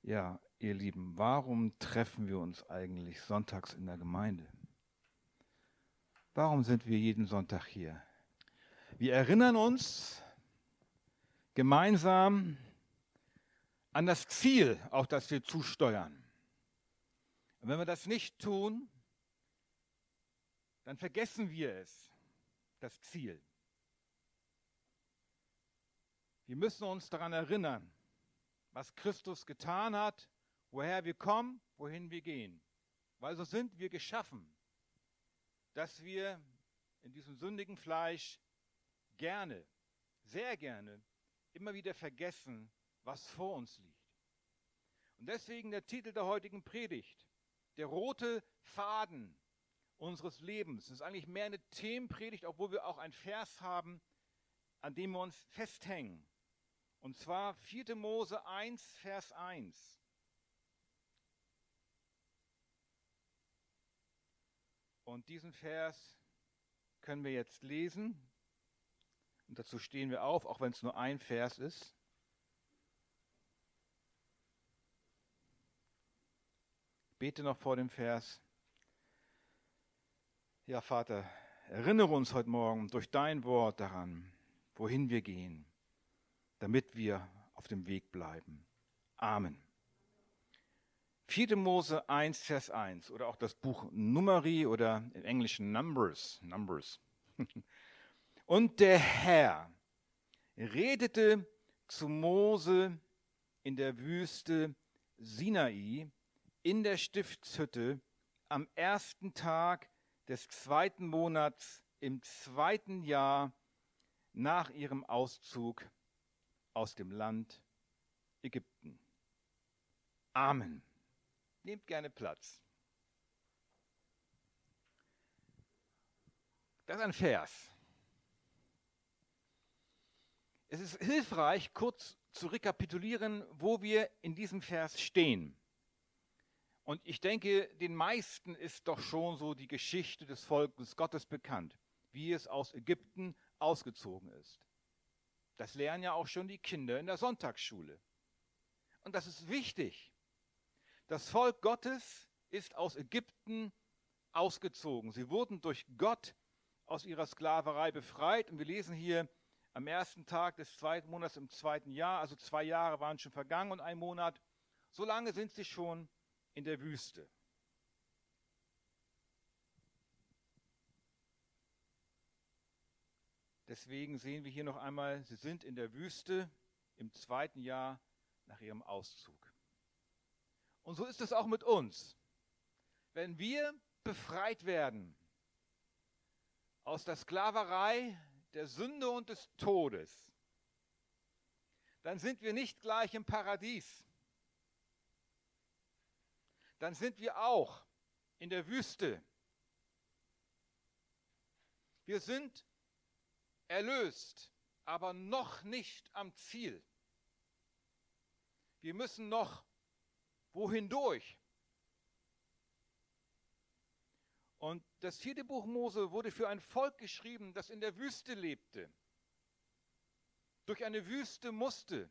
Ja, ihr Lieben, warum treffen wir uns eigentlich sonntags in der Gemeinde? Warum sind wir jeden Sonntag hier? Wir erinnern uns gemeinsam an das Ziel, auf das wir zusteuern. Und wenn wir das nicht tun, dann vergessen wir es, das Ziel. Wir müssen uns daran erinnern, was Christus getan hat, woher wir kommen, wohin wir gehen. Weil so sind wir geschaffen, dass wir in diesem sündigen Fleisch gerne, sehr gerne, immer wieder vergessen, was vor uns liegt. Und deswegen der Titel der heutigen Predigt, der rote Faden unseres Lebens. Das ist eigentlich mehr eine Themenpredigt, obwohl wir auch einen Vers haben, an dem wir uns festhängen. Und zwar 4. Mose 1, Vers 1. Und diesen Vers können wir jetzt lesen. Und dazu stehen wir auf, auch wenn es nur ein Vers ist. Bete noch vor dem Vers. Ja, Vater, erinnere uns heute Morgen durch dein Wort daran, wohin wir gehen, damit wir auf dem Weg bleiben. Amen. 4. Mose 1, Vers 1 oder auch das Buch Numeri oder im Englischen Numbers. Und der Herr redete zu Mose in der Wüste Sinai in der Stiftshütte am 1. Tag des 2. Monats im 2. Jahr nach ihrem Auszug aus dem Land Ägypten. Amen. Nehmt gerne Platz. Das ist ein Vers. Es ist hilfreich, kurz zu rekapitulieren, wo wir in diesem Vers stehen. Und ich denke, den meisten ist doch schon so die Geschichte des Volkes Gottes bekannt, wie es aus Ägypten ausgezogen ist. Das lernen ja auch schon die Kinder in der Sonntagsschule. Und das ist wichtig. Das Volk Gottes ist aus Ägypten ausgezogen. Sie wurden durch Gott aus ihrer Sklaverei befreit. Und wir lesen hier am 1. Tag des 2. Monats im 2. Jahr, also 2 Jahre waren schon vergangen und 1 Monat. So lange sind sie schon in der Wüste. Deswegen sehen wir hier noch einmal, sie sind in der Wüste im 2. Jahr nach ihrem Auszug. Und so ist es auch mit uns. Wenn wir befreit werden aus der Sklaverei, der Sünde und des Todes, dann sind wir nicht gleich im Paradies. Dann sind wir auch in der Wüste. Wir sind erlöst, aber noch nicht am Ziel. Wir müssen noch wohin durch. Und das 4. Buch Mose wurde für ein Volk geschrieben, das in der Wüste lebte, durch eine Wüste musste.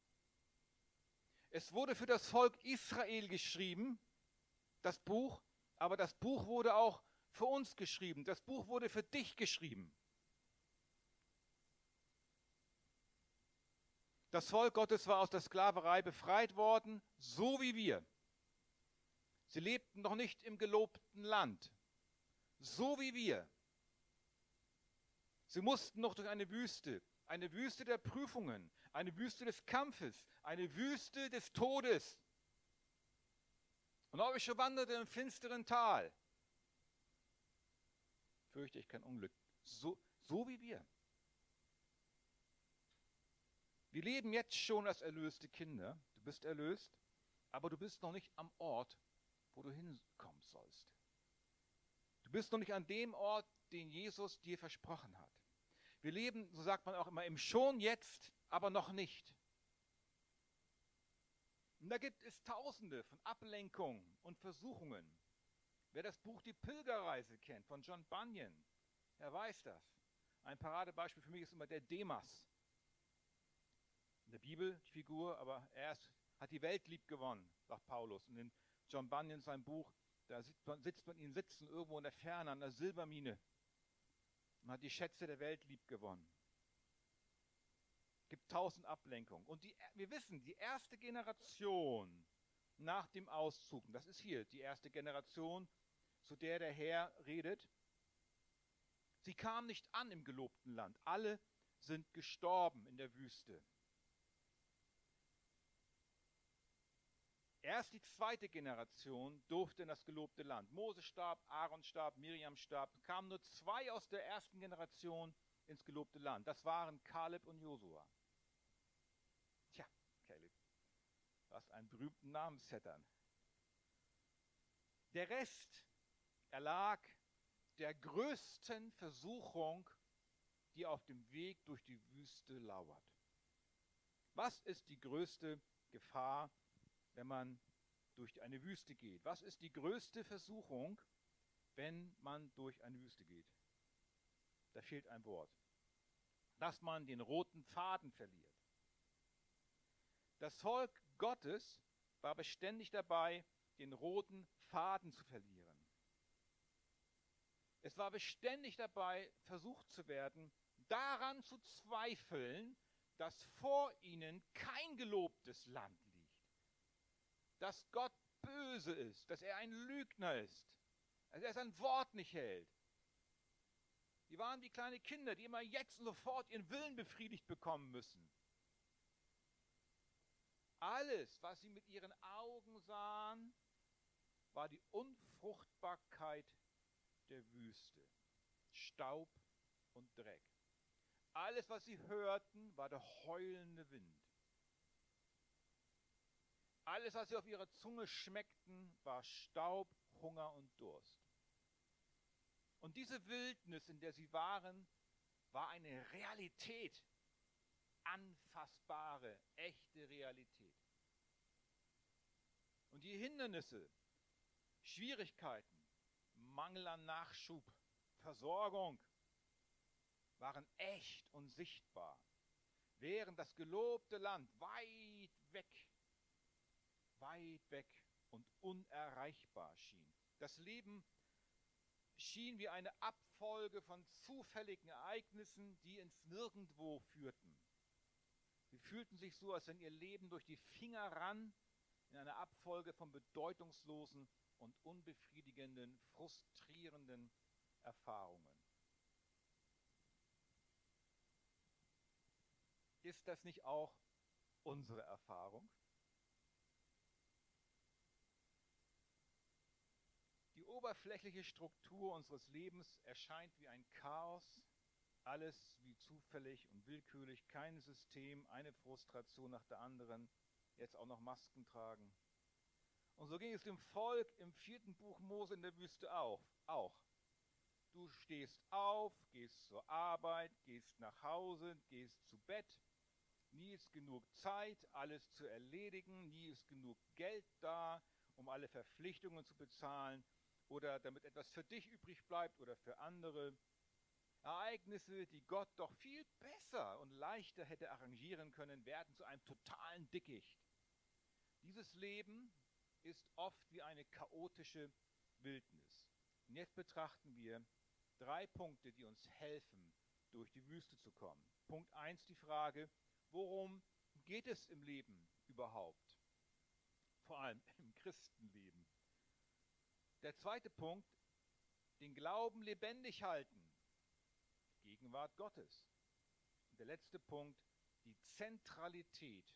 Es wurde für das Volk Israel geschrieben, das Buch, aber das Buch wurde auch für uns geschrieben. Das Buch wurde für dich geschrieben. Das Volk Gottes war aus der Sklaverei befreit worden, so wie wir. Sie lebten noch nicht im gelobten Land, so wie wir. Sie mussten noch durch eine Wüste der Prüfungen, eine Wüste des Kampfes, eine Wüste des Todes. Und ob ich schon wanderte im finsteren Tal, fürchte ich kein Unglück, so wie wir. Wir leben jetzt schon als erlöste Kinder. Du bist erlöst, aber du bist noch nicht am Ort, wo du hinkommen sollst. Du bist noch nicht an dem Ort, den Jesus dir versprochen hat. Wir leben, so sagt man auch immer, im Schon jetzt, aber noch nicht. Und da gibt es Tausende von Ablenkungen und Versuchungen. Wer das Buch Die Pilgerreise kennt von John Bunyan, er weiß das. Ein Paradebeispiel für mich ist immer der Demas. In der Bibel die Figur, aber er ist hat die Welt lieb gewonnen, sagt Paulus. Und in John Bunyan sein Buch, da sitzt man ihn sitzen irgendwo in der Ferne an der Silbermine und hat die Schätze der Welt lieb gewonnen. Es gibt 1000 Ablenkungen. Und wir wissen, die erste Generation nach dem Auszug, und das ist hier die erste Generation, zu der der Herr redet, sie kam nicht an im gelobten Land. Alle sind gestorben in der Wüste. Erst die zweite Generation durfte in das gelobte Land. Mose starb, Aaron starb, Miriam starb. Kamen nur 2 aus der ersten Generation ins gelobte Land. Das waren Kaleb und Josua. Tja, Kaleb, du hast einen berühmten Namensvettern. Der Rest erlag der größten Versuchung, die auf dem Weg durch die Wüste lauert. Was ist die größte Gefahr, wenn man durch eine Wüste geht? Was ist die größte Versuchung, wenn man durch eine Wüste geht? Da fehlt ein Wort. Dass man den roten Faden verliert. Das Volk Gottes war beständig dabei, den roten Faden zu verlieren. Es war beständig dabei, versucht zu werden, daran zu zweifeln, dass vor ihnen kein gelobtes Land liegt. Dass Gott böse ist, dass er ein Lügner ist, dass er sein Wort nicht hält. Die waren wie kleine Kinder, die immer jetzt und sofort ihren Willen befriedigt bekommen müssen. Alles, was sie mit ihren Augen sahen, war die Unfruchtbarkeit der Wüste. Staub und Dreck. Alles, was sie hörten, war der heulende Wind. Alles, was sie auf ihrer Zunge schmeckten, war Staub, Hunger und Durst. Und diese Wildnis, in der sie waren, war eine Realität, anfassbare, echte Realität. Und die Hindernisse, Schwierigkeiten, Mangel an Nachschub, Versorgung waren echt und sichtbar, während das gelobte Land weit weg und unerreichbar schien. Das Leben schien wie eine Abfolge von zufälligen Ereignissen, die ins Nirgendwo führten. Sie fühlten sich so, als wenn ihr Leben durch die Finger rann, in einer Abfolge von bedeutungslosen und unbefriedigenden, frustrierenden Erfahrungen. Ist das nicht auch unsere Erfahrung? Die oberflächliche Struktur unseres Lebens erscheint wie ein Chaos, alles wie zufällig und willkürlich, kein System, eine Frustration nach der anderen, jetzt auch noch Masken tragen. Und so ging es dem Volk im 4. Buch Mose in der Wüste auch. Du stehst auf, gehst zur Arbeit, gehst nach Hause, gehst zu Bett. Nie ist genug Zeit, alles zu erledigen, nie ist genug Geld da, um alle Verpflichtungen zu bezahlen oder damit etwas für dich übrig bleibt oder für andere. Ereignisse, die Gott doch viel besser und leichter hätte arrangieren können, werden zu einem totalen Dickicht. Dieses Leben ist oft wie eine chaotische Wildnis. Und jetzt betrachten wir 3 Punkte, die uns helfen, durch die Wüste zu kommen. Punkt 1, die Frage, worum geht es im Leben überhaupt? Vor allem im Christenleben. Der zweite Punkt, den Glauben lebendig halten. Gegenwart Gottes. Und der letzte Punkt, die Zentralität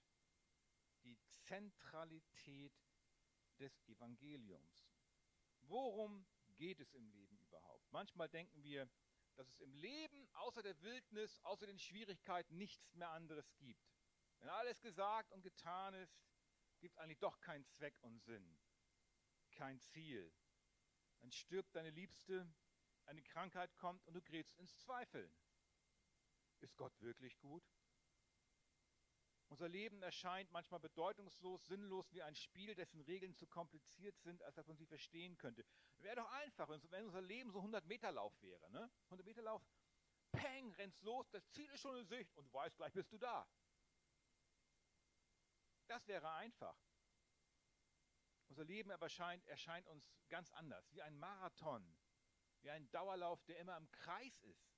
des Evangeliums. Worum geht es im Leben überhaupt? Manchmal denken wir, dass es im Leben außer der Wildnis, außer den Schwierigkeiten nichts mehr anderes gibt. Wenn alles gesagt und getan ist, gibt es eigentlich doch keinen Zweck und Sinn, kein Ziel. Dann stirbt deine Liebste, eine Krankheit kommt und du gerätst ins Zweifeln. Ist Gott wirklich gut? Unser Leben erscheint manchmal bedeutungslos, sinnlos wie ein Spiel, dessen Regeln zu kompliziert sind, als dass man sie verstehen könnte. Wäre doch einfach, wenn unser Leben so 100-Meter-Lauf wäre. Ne? 100-Meter-Lauf, peng, rennst los, das Ziel ist schon in Sicht und du weißt, gleich bist du da. Das wäre einfach. Unser Leben aber erscheint uns ganz anders, wie ein Marathon, wie ein Dauerlauf, der immer im Kreis ist.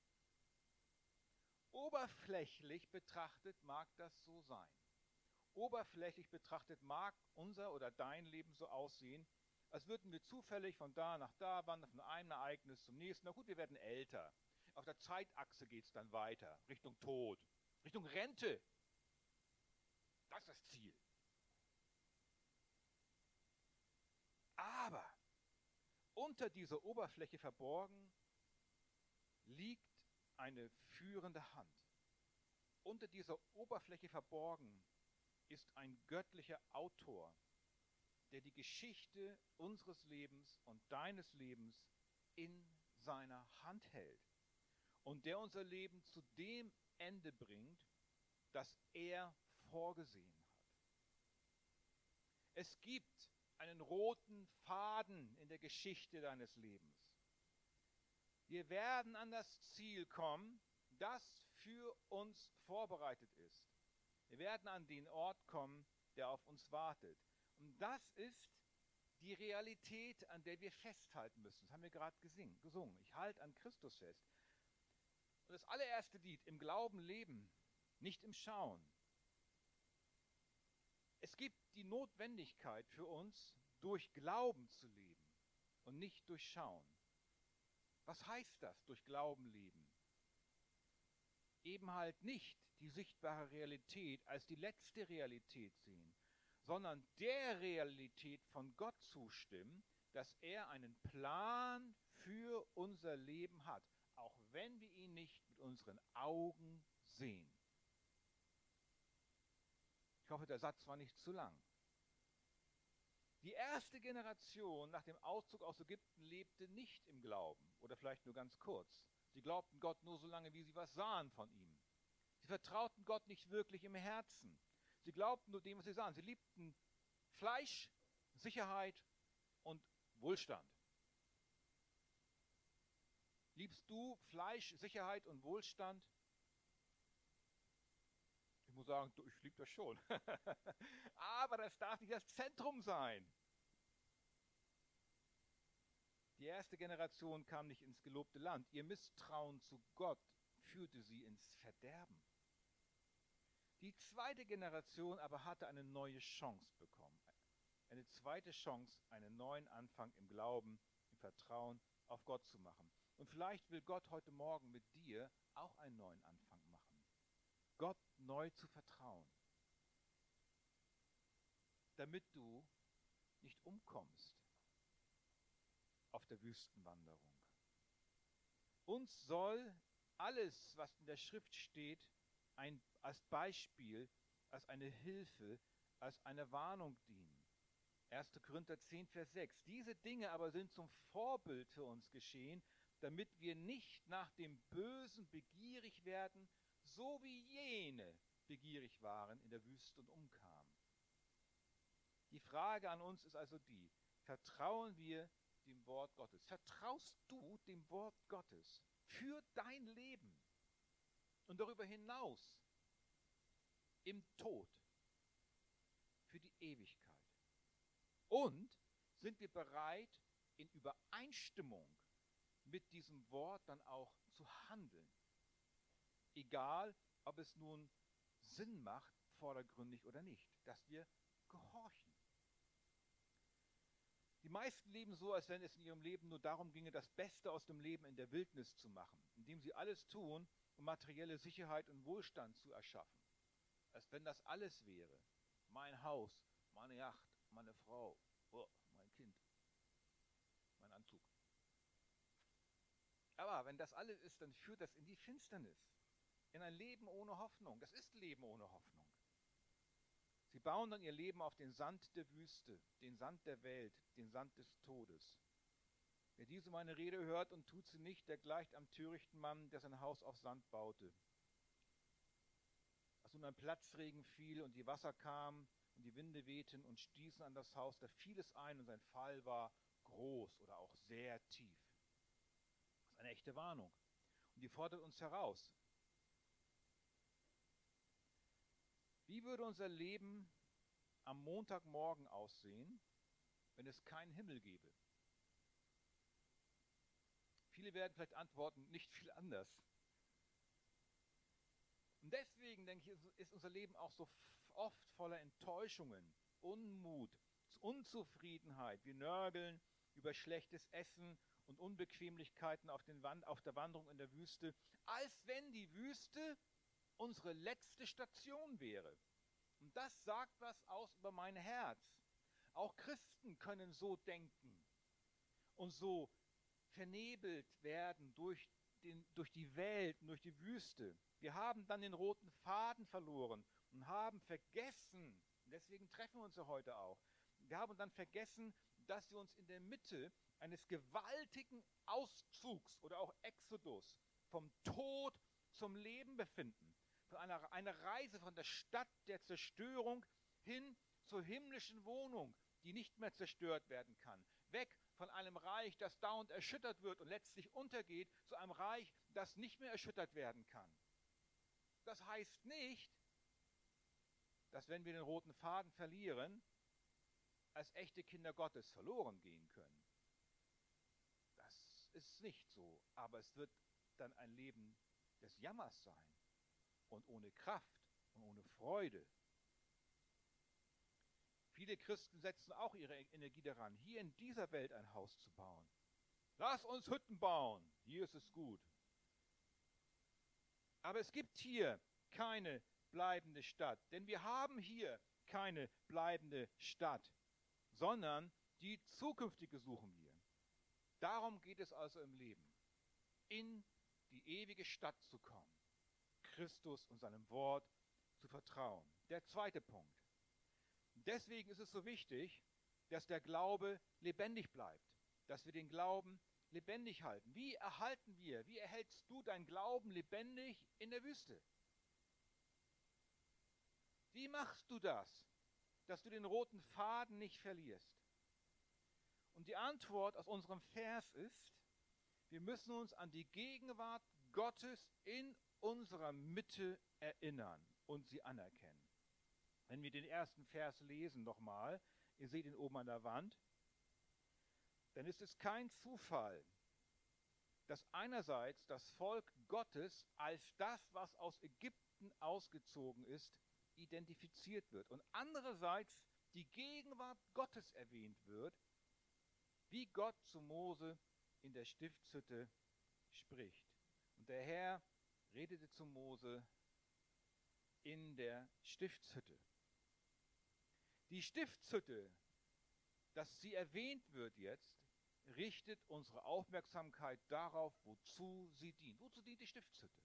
Oberflächlich betrachtet mag das so sein. Oberflächlich betrachtet mag unser oder dein Leben so aussehen, als würden wir zufällig von da nach da wandern, von einem Ereignis zum nächsten. Na gut, wir werden älter. Auf der Zeitachse geht es dann weiter, Richtung Tod, Richtung Rente. Das ist das Ziel. Aber unter dieser Oberfläche verborgen liegt eine führende Hand. Unter dieser Oberfläche verborgen ist ein göttlicher Autor, der die Geschichte unseres Lebens und deines Lebens in seiner Hand hält und der unser Leben zu dem Ende bringt, das er vorgesehen hat. Es gibt einen roten Faden in der Geschichte deines Lebens. Wir werden an das Ziel kommen, das für uns vorbereitet ist. Wir werden an den Ort kommen, der auf uns wartet. Und das ist die Realität, an der wir festhalten müssen. Das haben wir gerade gesungen. Ich halte an Christus fest. Und das allererste Lied, im Glauben leben, nicht im Schauen. Es gibt die Notwendigkeit für uns, durch Glauben zu leben und nicht durch Schauen. Was heißt das, durch Glauben leben? Eben halt nicht die sichtbare Realität als die letzte Realität sehen, sondern der Realität von Gott zustimmen, dass er einen Plan für unser Leben hat, auch wenn wir ihn nicht mit unseren Augen sehen. Ich hoffe, der Satz war nicht zu lang. Die erste Generation nach dem Auszug aus Ägypten lebte nicht im Glauben oder vielleicht nur ganz kurz. Sie glaubten Gott nur so lange, wie sie was sahen von ihm. Sie vertrauten Gott nicht wirklich im Herzen. Sie glaubten nur dem, was sie sahen. Sie liebten Fleisch, Sicherheit und Wohlstand. Liebst du Fleisch, Sicherheit und Wohlstand? Ich muss sagen, ich liebe das schon. Aber das darf nicht das Zentrum sein. Die erste Generation kam nicht ins gelobte Land. Ihr Misstrauen zu Gott führte sie ins Verderben. Die zweite Generation aber hatte eine neue Chance bekommen. Eine zweite Chance, einen neuen Anfang im Glauben, im Vertrauen auf Gott zu machen. Und vielleicht will Gott heute Morgen mit dir auch einen neuen Anfang machen. Gott neu zu vertrauen, damit du nicht umkommst auf der Wüstenwanderung. Uns soll alles, was in der Schrift steht, als Beispiel, als eine Hilfe, als eine Warnung dienen. 1. Korinther 10, Vers 6. Diese Dinge aber sind zum Vorbild für uns geschehen, damit wir nicht nach dem Bösen begierig werden, so wie jene begierig waren in der Wüste und umkamen. Die Frage an uns ist also die: Vertrauen wir dem Wort Gottes? Vertraust du dem Wort Gottes für dein Leben und darüber hinaus im Tod für die Ewigkeit? Und sind wir bereit, in Übereinstimmung mit diesem Wort dann auch zu handeln? Egal, ob es nun Sinn macht, vordergründig oder nicht, dass wir gehorchen. Die meisten leben so, als wenn es in ihrem Leben nur darum ginge, das Beste aus dem Leben in der Wildnis zu machen, indem sie alles tun, um materielle Sicherheit und Wohlstand zu erschaffen. Als wenn das alles wäre. Mein Haus, meine Yacht, meine Frau, mein Kind, mein Anzug. Aber wenn das alles ist, dann führt das in die Finsternis. In ein Leben ohne Hoffnung. Das ist Leben ohne Hoffnung. Sie bauen dann ihr Leben auf den Sand der Wüste, den Sand der Welt, den Sand des Todes. Wer diese meine Rede hört und tut sie nicht, der gleicht am törichten Mann, der sein Haus auf Sand baute. Als nun ein Platzregen fiel und die Wasser kamen und die Winde wehten und stießen an das Haus, da fiel es ein und sein Fall war groß oder auch sehr tief. Das ist eine echte Warnung. Und die fordert uns heraus. Wie würde unser Leben am Montagmorgen aussehen, wenn es keinen Himmel gäbe? Viele werden vielleicht antworten, nicht viel anders. Und deswegen, denke ich, ist unser Leben auch so oft voller Enttäuschungen, Unmut, Unzufriedenheit. Wir nörgeln über schlechtes Essen und Unbequemlichkeiten auf der Wanderung in der Wüste, als wenn die Wüste unsere letzte Station wäre. Und das sagt was aus über mein Herz. Auch Christen können so denken und so vernebelt werden durch die Welt und durch die Wüste. Wir haben dann den roten Faden verloren und haben vergessen, deswegen treffen wir uns ja heute auch, wir haben dann vergessen, dass wir uns in der Mitte eines gewaltigen Auszugs oder auch Exodus vom Tod zum Leben befinden. Von einer Reise von der Stadt der Zerstörung hin zur himmlischen Wohnung, die nicht mehr zerstört werden kann. Weg von einem Reich, das dauernd erschüttert wird und letztlich untergeht, zu einem Reich, das nicht mehr erschüttert werden kann. Das heißt nicht, dass wenn wir den roten Faden verlieren, als echte Kinder Gottes verloren gehen können. Das ist nicht so, aber es wird dann ein Leben des Jammers sein und ohne Kraft und ohne Freude. Viele Christen setzen auch ihre Energie daran, hier in dieser Welt ein Haus zu bauen. Lass uns Hütten bauen, hier ist es gut. Aber es gibt hier keine bleibende Stadt, denn wir haben hier keine bleibende Stadt, sondern die zukünftige suchen wir. Darum geht es also im Leben, in die ewige Stadt zu kommen, Christus und seinem Wort zu vertrauen. Der zweite Punkt. Deswegen ist es so wichtig, dass der Glaube lebendig bleibt, dass wir den Glauben lebendig halten. Wie erhältst du deinen Glauben lebendig in der Wüste? Wie machst du das, dass du den roten Faden nicht verlierst? Und die Antwort aus unserem Vers ist, wir müssen uns an die Gegenwart Gottes in unserer Mitte erinnern und sie anerkennen. Wenn wir den ersten Vers lesen nochmal, ihr seht ihn oben an der Wand, dann ist es kein Zufall, dass einerseits das Volk Gottes als das, was aus Ägypten ausgezogen ist, identifiziert wird und andererseits die Gegenwart Gottes erwähnt wird, wie Gott zu Mose in der Stiftshütte spricht. Und der Herr redete zu Mose in der Stiftshütte. Die Stiftshütte, dass sie erwähnt wird jetzt, richtet unsere Aufmerksamkeit darauf, wozu sie dient. Wozu dient die Stiftshütte?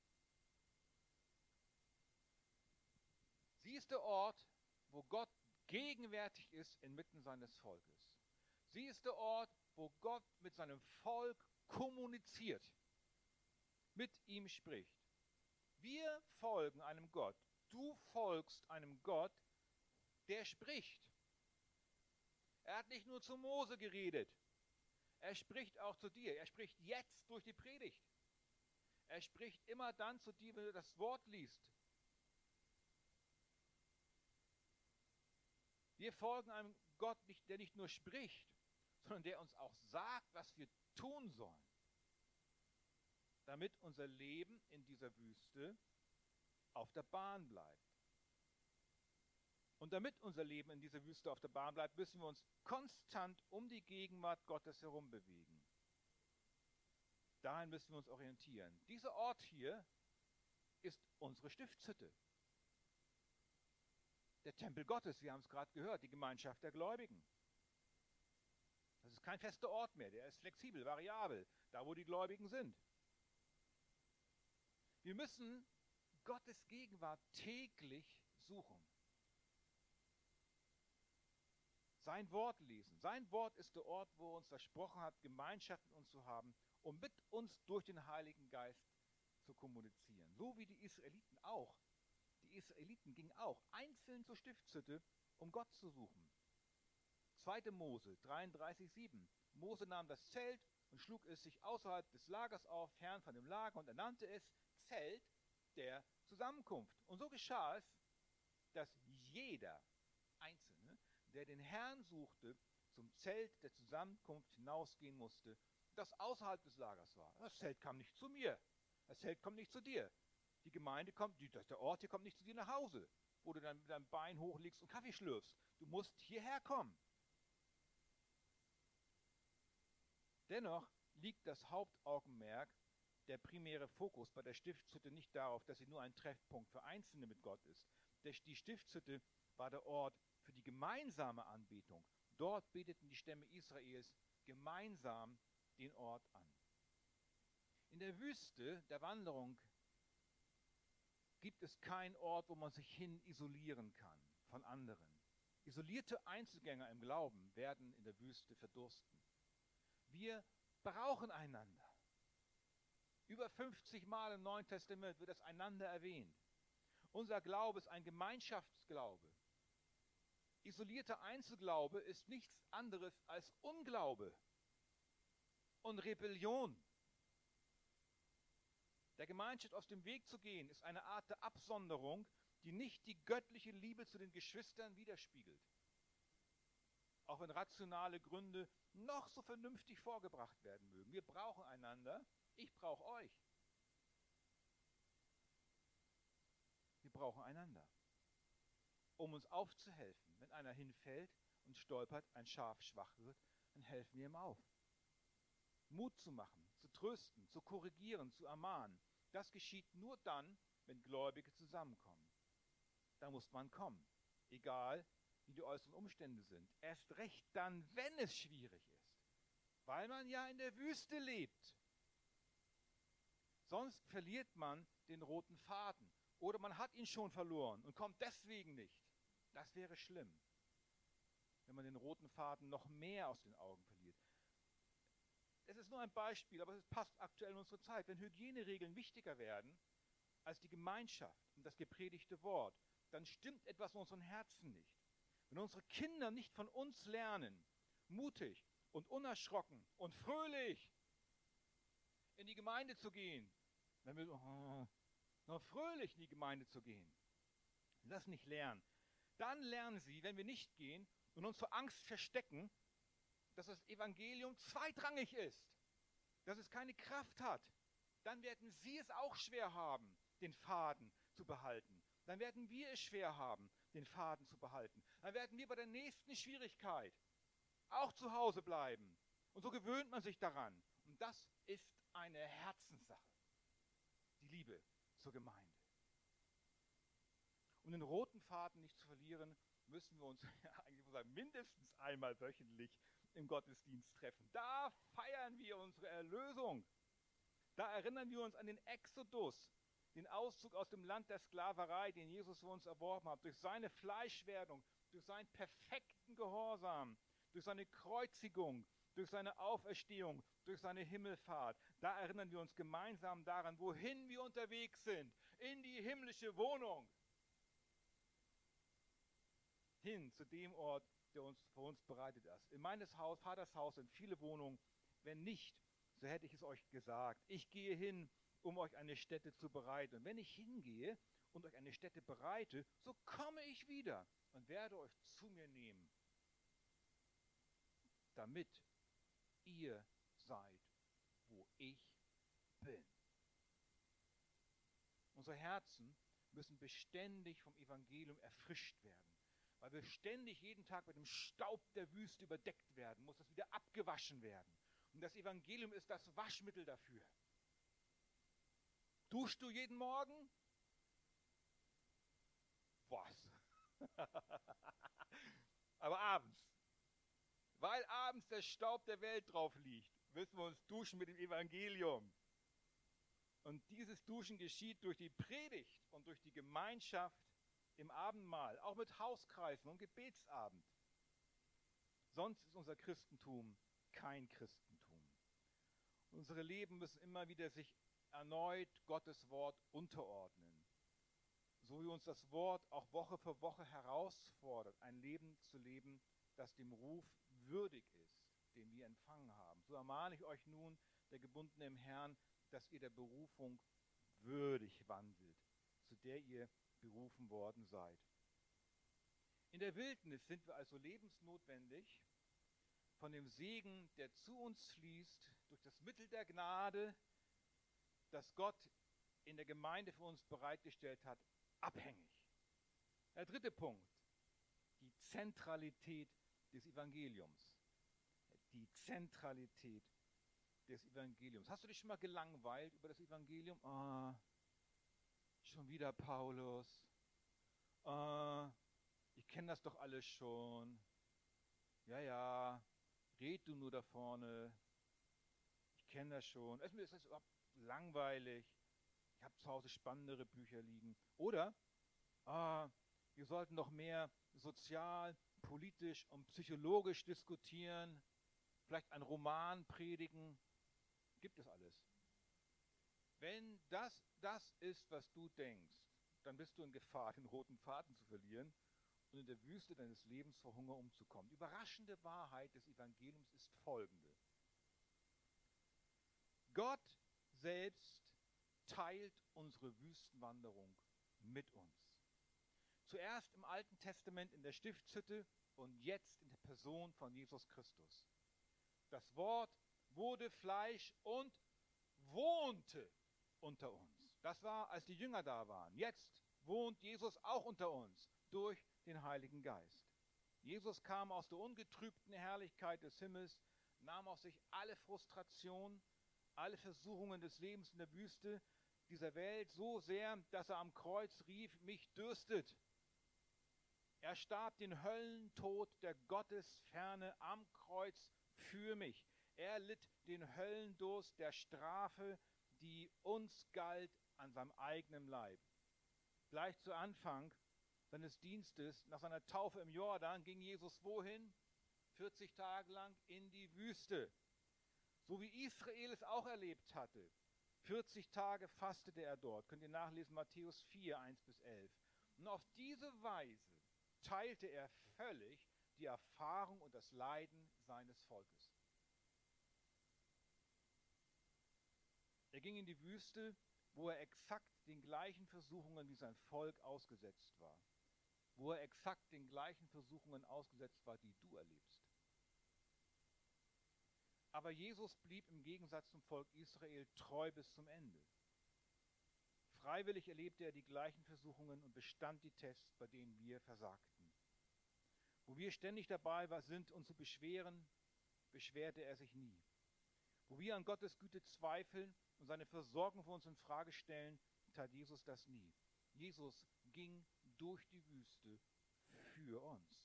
Sie ist der Ort, wo Gott gegenwärtig ist inmitten seines Volkes. Sie ist der Ort, wo Gott mit seinem Volk kommuniziert, mit ihm spricht. Wir folgen einem Gott. Du folgst einem Gott, der spricht. Er hat nicht nur zu Mose geredet, er spricht auch zu dir. Er spricht jetzt durch die Predigt. Er spricht immer dann zu dir, wenn du das Wort liest. Wir folgen einem Gott, der nicht nur spricht, sondern der uns auch sagt, was wir tun sollen, damit unser Leben in dieser Wüste auf der Bahn bleibt. Und damit unser Leben in dieser Wüste auf der Bahn bleibt, müssen wir uns konstant um die Gegenwart Gottes herum bewegen. Dahin müssen wir uns orientieren. Dieser Ort hier ist unsere Stiftshütte. Der Tempel Gottes, wir haben es gerade gehört, die Gemeinschaft der Gläubigen. Das ist kein fester Ort mehr, der ist flexibel, variabel, da wo die Gläubigen sind. Wir müssen Gottes Gegenwart täglich suchen. Sein Wort lesen. Sein Wort ist der Ort, wo er uns versprochen hat, Gemeinschaft mit uns zu haben, um mit uns durch den Heiligen Geist zu kommunizieren. So wie die Israeliten auch. Die Israeliten gingen auch einzeln zur Stiftshütte, um Gott zu suchen. 2. Mose 33,7. Mose nahm das Zelt und schlug es sich außerhalb des Lagers auf, fern von dem Lager, und er nannte es Zelt der Zusammenkunft. Und so geschah es, dass jeder Einzelne, der den Herrn suchte, zum Zelt der Zusammenkunft hinausgehen musste, das außerhalb des Lagers war. Das Zelt kam nicht zu mir. Das Zelt kommt nicht zu dir. Die Gemeinde kommt, der Ort hier kommt nicht zu dir nach Hause, wo du dann mit deinem Bein hochlegst und Kaffee schlürfst. Du musst hierher kommen. Dennoch liegt das Hauptaugenmerk, der primäre Fokus bei der Stiftshütte nicht darauf, dass sie nur ein Treffpunkt für Einzelne mit Gott ist. Die Stiftshütte war der Ort für die gemeinsame Anbetung. Dort beteten die Stämme Israels gemeinsam den Ort an. In der Wüste der Wanderung gibt es keinen Ort, wo man sich hin isolieren kann von anderen. Isolierte Einzelgänger im Glauben werden in der Wüste verdursten. Wir brauchen einander. Über 50 Mal im Neuen Testament wird das einander erwähnt. Unser Glaube ist ein Gemeinschaftsglaube. Isolierter Einzelglaube ist nichts anderes als Unglaube und Rebellion. Der Gemeinschaft aus dem Weg zu gehen, ist eine Art der Absonderung, die nicht die göttliche Liebe zu den Geschwistern widerspiegelt. Auch wenn rationale Gründe noch so vernünftig vorgebracht werden mögen. Wir brauchen einander. Ich brauche euch. Wir brauchen einander, um uns aufzuhelfen. Wenn einer hinfällt und stolpert, ein Schaf schwach wird, dann helfen wir ihm auf. Mut zu machen, zu trösten, zu korrigieren, zu ermahnen. Das geschieht nur dann, wenn Gläubige zusammenkommen. Da muss man kommen, egal wie die äußeren Umstände sind. Erst recht dann, wenn es schwierig ist, weil man ja in der Wüste lebt. Sonst verliert man den roten Faden oder man hat ihn schon verloren und kommt deswegen nicht. Das wäre schlimm, wenn man den roten Faden noch mehr aus den Augen verliert. Es ist nur ein Beispiel, aber es passt aktuell in unsere Zeit. Wenn Hygieneregeln wichtiger werden als die Gemeinschaft und das gepredigte Wort, dann stimmt etwas in unseren Herzen nicht. Wenn unsere Kinder nicht von uns lernen, mutig und unerschrocken und fröhlich in die Gemeinde zu gehen, wenn wir noch fröhlich in die Gemeinde zu gehen, das nicht lernen, dann lernen sie, wenn wir nicht gehen und uns vor Angst verstecken, dass das Evangelium zweitrangig ist, dass es keine Kraft hat, dann werden sie es auch schwer haben, den Faden zu behalten. Dann werden wir es schwer haben, den Faden zu behalten. Dann werden wir bei der nächsten Schwierigkeit auch zu Hause bleiben. Und so gewöhnt man sich daran. Und das ist eine Herzenssache, die Liebe zur Gemeinde. Um den roten Faden nicht zu verlieren, müssen wir uns eigentlich mindestens einmal wöchentlich im Gottesdienst treffen. Da feiern wir unsere Erlösung. Da erinnern wir uns an den Exodus, den Auszug aus dem Land der Sklaverei, den Jesus für uns erworben hat, durch seine Fleischwerdung, durch seinen perfekten Gehorsam, durch seine Kreuzigung, durch seine Auferstehung, durch seine Himmelfahrt. Da erinnern wir uns gemeinsam daran, wohin wir unterwegs sind, in die himmlische Wohnung. Hin zu dem Ort, der uns für uns bereitet ist. In meines Vaters Haus sind viele Wohnungen. Wenn nicht, so hätte ich es euch gesagt. Ich gehe hin, um euch eine Stätte zu bereiten. Und wenn ich hingehe und euch eine Stätte bereite, so komme ich wieder und werde euch zu mir nehmen, damit ihr seid, wo ich bin. Unsere Herzen müssen beständig vom Evangelium erfrischt werden. Weil wir ständig jeden Tag mit dem Staub der Wüste überdeckt werden, muss das wieder abgewaschen werden. Und das Evangelium ist das Waschmittel dafür. Duschst du jeden Morgen? Was? Aber abends. Weil abends der Staub der Welt drauf liegt, müssen wir uns duschen mit dem Evangelium. Und dieses Duschen geschieht durch die Predigt und durch die Gemeinschaft im Abendmahl, auch mit Hauskreisen und Gebetsabend. Sonst ist unser Christentum kein Christentum. Unsere Leben müssen immer wieder sich erneut Gottes Wort unterordnen. So wie uns das Wort auch Woche für Woche herausfordert, ein Leben zu leben, das dem Ruf würdig ist, den wir empfangen haben. So ermahne ich euch nun, der Gebundene im Herrn, dass ihr der Berufung würdig wandelt, zu der ihr berufen worden seid. In der Wildnis sind wir also lebensnotwendig von dem Segen, der zu uns fließt, durch das Mittel der Gnade, das Gott in der Gemeinde für uns bereitgestellt hat, abhängig. Der dritte Punkt, die Zentralität des Evangeliums. Die Zentralität des Evangeliums. Hast du dich schon mal gelangweilt über das Evangelium? Schon wieder Paulus. Ich kenne das doch alles schon. Ja, red du nur da vorne. Ich kenne das schon. Mir ist das überhaupt langweilig. Ich habe zu Hause spannendere Bücher liegen. Oder, wir sollten noch mehr sozial, politisch und psychologisch diskutieren. Vielleicht einen Roman predigen. Gibt es alles. Wenn das ist, was du denkst, dann bist du in Gefahr, den roten Faden zu verlieren und in der Wüste deines Lebens vor Hunger umzukommen. Die überraschende Wahrheit des Evangeliums ist folgende. Gott selbst teilt unsere Wüstenwanderung mit uns. Zuerst im Alten Testament in der Stiftshütte und jetzt in der Person von Jesus Christus. Das Wort wurde Fleisch und wohnte unter uns. Das war, als die Jünger da waren. Jetzt wohnt Jesus auch unter uns durch den Heiligen Geist. Jesus kam aus der ungetrübten Herrlichkeit des Himmels, nahm auf sich alle Frustration, alle Versuchungen des Lebens in der Wüste dieser Welt so sehr, dass er am Kreuz rief, mich dürstet. Er starb den Höllentod der Gottesferne am Kreuz für mich. Er litt den Höllendurst der Strafe, die uns galt, an seinem eigenen Leib. Gleich zu Anfang seines Dienstes, nach seiner Taufe im Jordan, ging Jesus wohin? 40 Tage lang in die Wüste. So wie Israel es auch erlebt hatte. 40 Tage fastete er dort. Könnt ihr nachlesen, Matthäus 4, 1-11. Und auf diese Weise teilte er völlig die Erfahrung und das Leiden seines Volkes. Er ging in die Wüste, wo er exakt den gleichen Versuchungen wie sein Volk ausgesetzt war. Wo er exakt den gleichen Versuchungen ausgesetzt war, die du erlebst. Aber Jesus blieb im Gegensatz zum Volk Israel treu bis zum Ende. Freiwillig erlebte er die gleichen Versuchungen und bestand die Tests, bei denen wir versagten. Wo wir ständig dabei sind, uns zu beschweren, beschwerte er sich nie. Wo wir an Gottes Güte zweifeln und seine Versorgung für uns in Frage stellen, tat Jesus das nie. Jesus ging durch die Wüste für uns.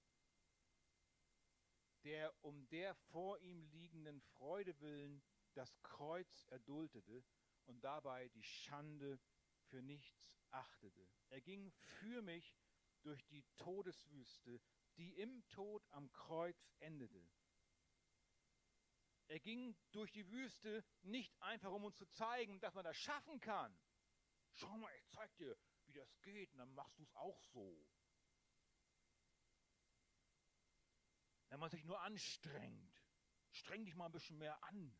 Der um der vor ihm liegenden Freude willen das Kreuz erduldete und dabei die Schande für nichts achtete. Er ging für mich durch die Todeswüste, die im Tod am Kreuz endete. Er ging durch die Wüste nicht einfach, um uns zu zeigen, dass man das schaffen kann. Schau mal, ich zeig dir, wie das geht, und dann machst du es auch so. Wenn man sich nur anstrengt, streng dich mal ein bisschen mehr an.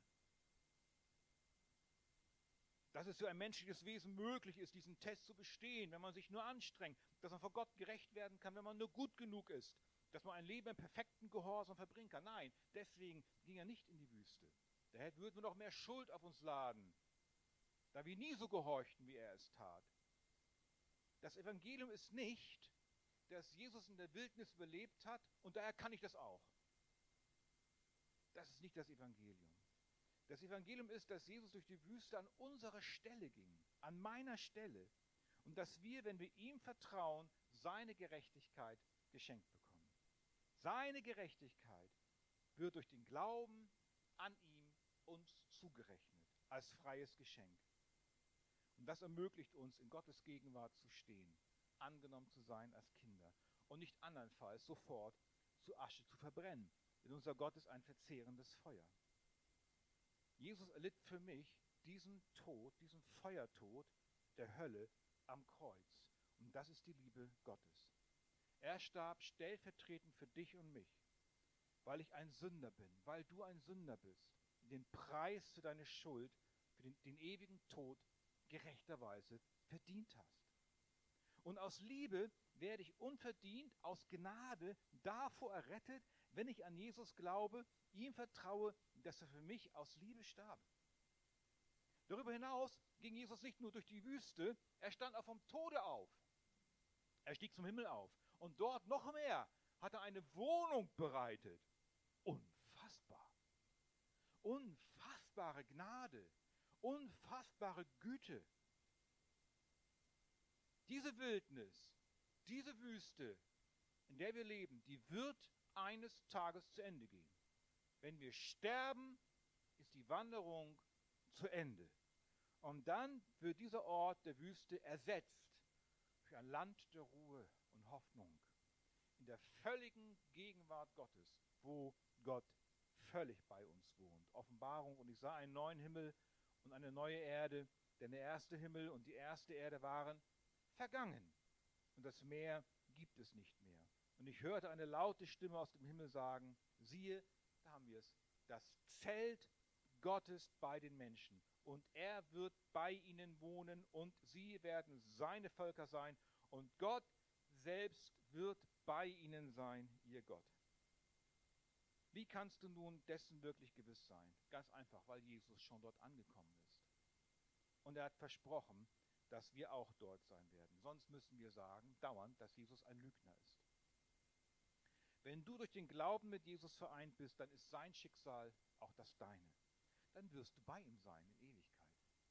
Dass es für ein menschliches Wesen möglich ist, diesen Test zu bestehen, wenn man sich nur anstrengt, dass man vor Gott gerecht werden kann, wenn man nur gut genug ist, dass man ein Leben im perfekten Gehorsam verbringen kann. Nein, deswegen ging er nicht in die Wüste. Daher würden wir noch mehr Schuld auf uns laden, da wir nie so gehorchten, wie er es tat. Das Evangelium ist nicht, dass Jesus in der Wildnis überlebt hat und daher kann ich das auch. Das ist nicht das Evangelium. Das Evangelium ist, dass Jesus durch die Wüste an unserer Stelle ging, an meiner Stelle, und dass wir, wenn wir ihm vertrauen, seine Gerechtigkeit geschenkt bekommen. Seine Gerechtigkeit wird durch den Glauben an ihm uns zugerechnet, als freies Geschenk. Und das ermöglicht uns, in Gottes Gegenwart zu stehen, angenommen zu sein als Kinder und nicht andernfalls sofort zu Asche zu verbrennen. Denn unser Gott ist ein verzehrendes Feuer. Jesus erlitt für mich diesen Tod, diesen Feuertod der Hölle am Kreuz. Und das ist die Liebe Gottes. Er starb stellvertretend für dich und mich, weil ich ein Sünder bin, weil du ein Sünder bist, den Preis für deine Schuld, für den ewigen Tod gerechterweise verdient hast. Und aus Liebe werde ich unverdient aus Gnade davor errettet, wenn ich an Jesus glaube, ihm vertraue, dass er für mich aus Liebe starb. Darüber hinaus ging Jesus nicht nur durch die Wüste, er stand auch vom Tode auf. Er stieg zum Himmel auf. Und dort noch mehr hat er eine Wohnung bereitet. Unfassbar. Unfassbare Gnade. Unfassbare Güte. Diese Wildnis, diese Wüste, in der wir leben, die wird eines Tages zu Ende gehen. Wenn wir sterben, ist die Wanderung zu Ende. Und dann wird dieser Ort der Wüste ersetzt für ein Land der Ruhe und Hoffnung. In der völligen Gegenwart Gottes, wo Gott völlig bei uns wohnt. Offenbarung, und ich sah einen neuen Himmel und eine neue Erde, denn der erste Himmel und die erste Erde waren vergangen. Und das Meer gibt es nicht mehr. Und ich hörte eine laute Stimme aus dem Himmel sagen, siehe, da haben wir es, das Zelt Gottes bei den Menschen. Und er wird bei ihnen wohnen und sie werden seine Völker sein und Gott selbst wird bei ihnen sein, ihr Gott. Wie kannst du nun dessen wirklich gewiss sein? Ganz einfach, weil Jesus schon dort angekommen ist. Und er hat versprochen, dass wir auch dort sein werden. Sonst müssen wir sagen, dauernd, dass Jesus ein Lügner ist. Wenn du durch den Glauben mit Jesus vereint bist, dann ist sein Schicksal auch das deine. Dann wirst du bei ihm sein in Ewigkeit.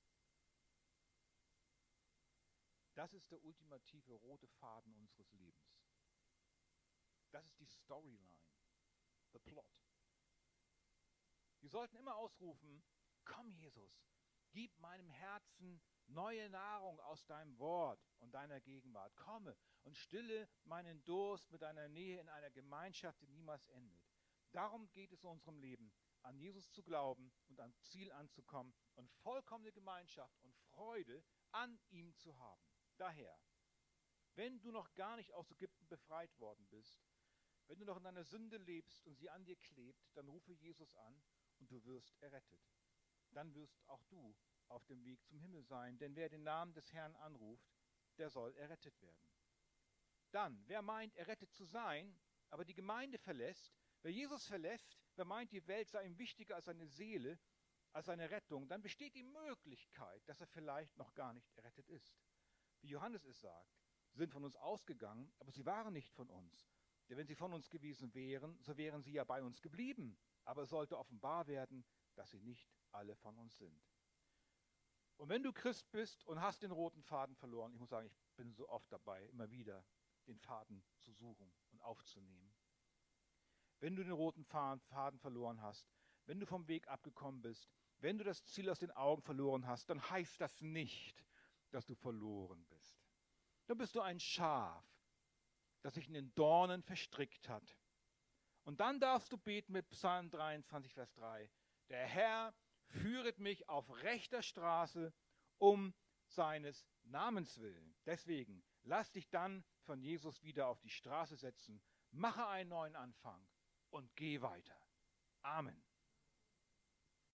Das ist der ultimative rote Faden unseres Lebens. Das ist die Storyline, the plot. Wir sollten immer ausrufen, komm Jesus, gib meinem Herzen neue Nahrung aus deinem Wort und deiner Gegenwart. Komme und stille meinen Durst mit deiner Nähe in einer Gemeinschaft, die niemals endet. Darum geht es in unserem Leben, an Jesus zu glauben und am Ziel anzukommen und vollkommene Gemeinschaft und Freude an ihm zu haben. Daher, wenn du noch gar nicht aus Ägypten befreit worden bist, wenn du noch in deiner Sünde lebst und sie an dir klebt, dann rufe Jesus an und du wirst errettet. Dann wirst auch du auf dem Weg zum Himmel sein, denn wer den Namen des Herrn anruft, der soll errettet werden. Dann, wer meint, errettet zu sein, aber die Gemeinde verlässt, wer Jesus verlässt, wer meint, die Welt sei ihm wichtiger als seine Seele, als seine Rettung, dann besteht die Möglichkeit, dass er vielleicht noch gar nicht errettet ist. Wie Johannes es sagt, sie sind von uns ausgegangen, aber sie waren nicht von uns. Denn wenn sie von uns gewesen wären, so wären sie ja bei uns geblieben. Aber es sollte offenbar werden, dass sie nicht alle von uns sind. Und wenn du Christ bist und hast den roten Faden verloren, ich muss sagen, ich bin so oft dabei, immer wieder den Faden zu suchen und aufzunehmen. Wenn du den roten Faden verloren hast, wenn du vom Weg abgekommen bist, wenn du das Ziel aus den Augen verloren hast, dann heißt das nicht, dass du verloren bist. Dann bist du ein Schaf, das sich in den Dornen verstrickt hat. Und dann darfst du beten mit Psalm 23, Vers 3. Der Herr führet mich auf rechter Straße um seines Namens willen. Deswegen lass dich dann von Jesus wieder auf die Straße setzen, mache einen neuen Anfang und geh weiter. Amen.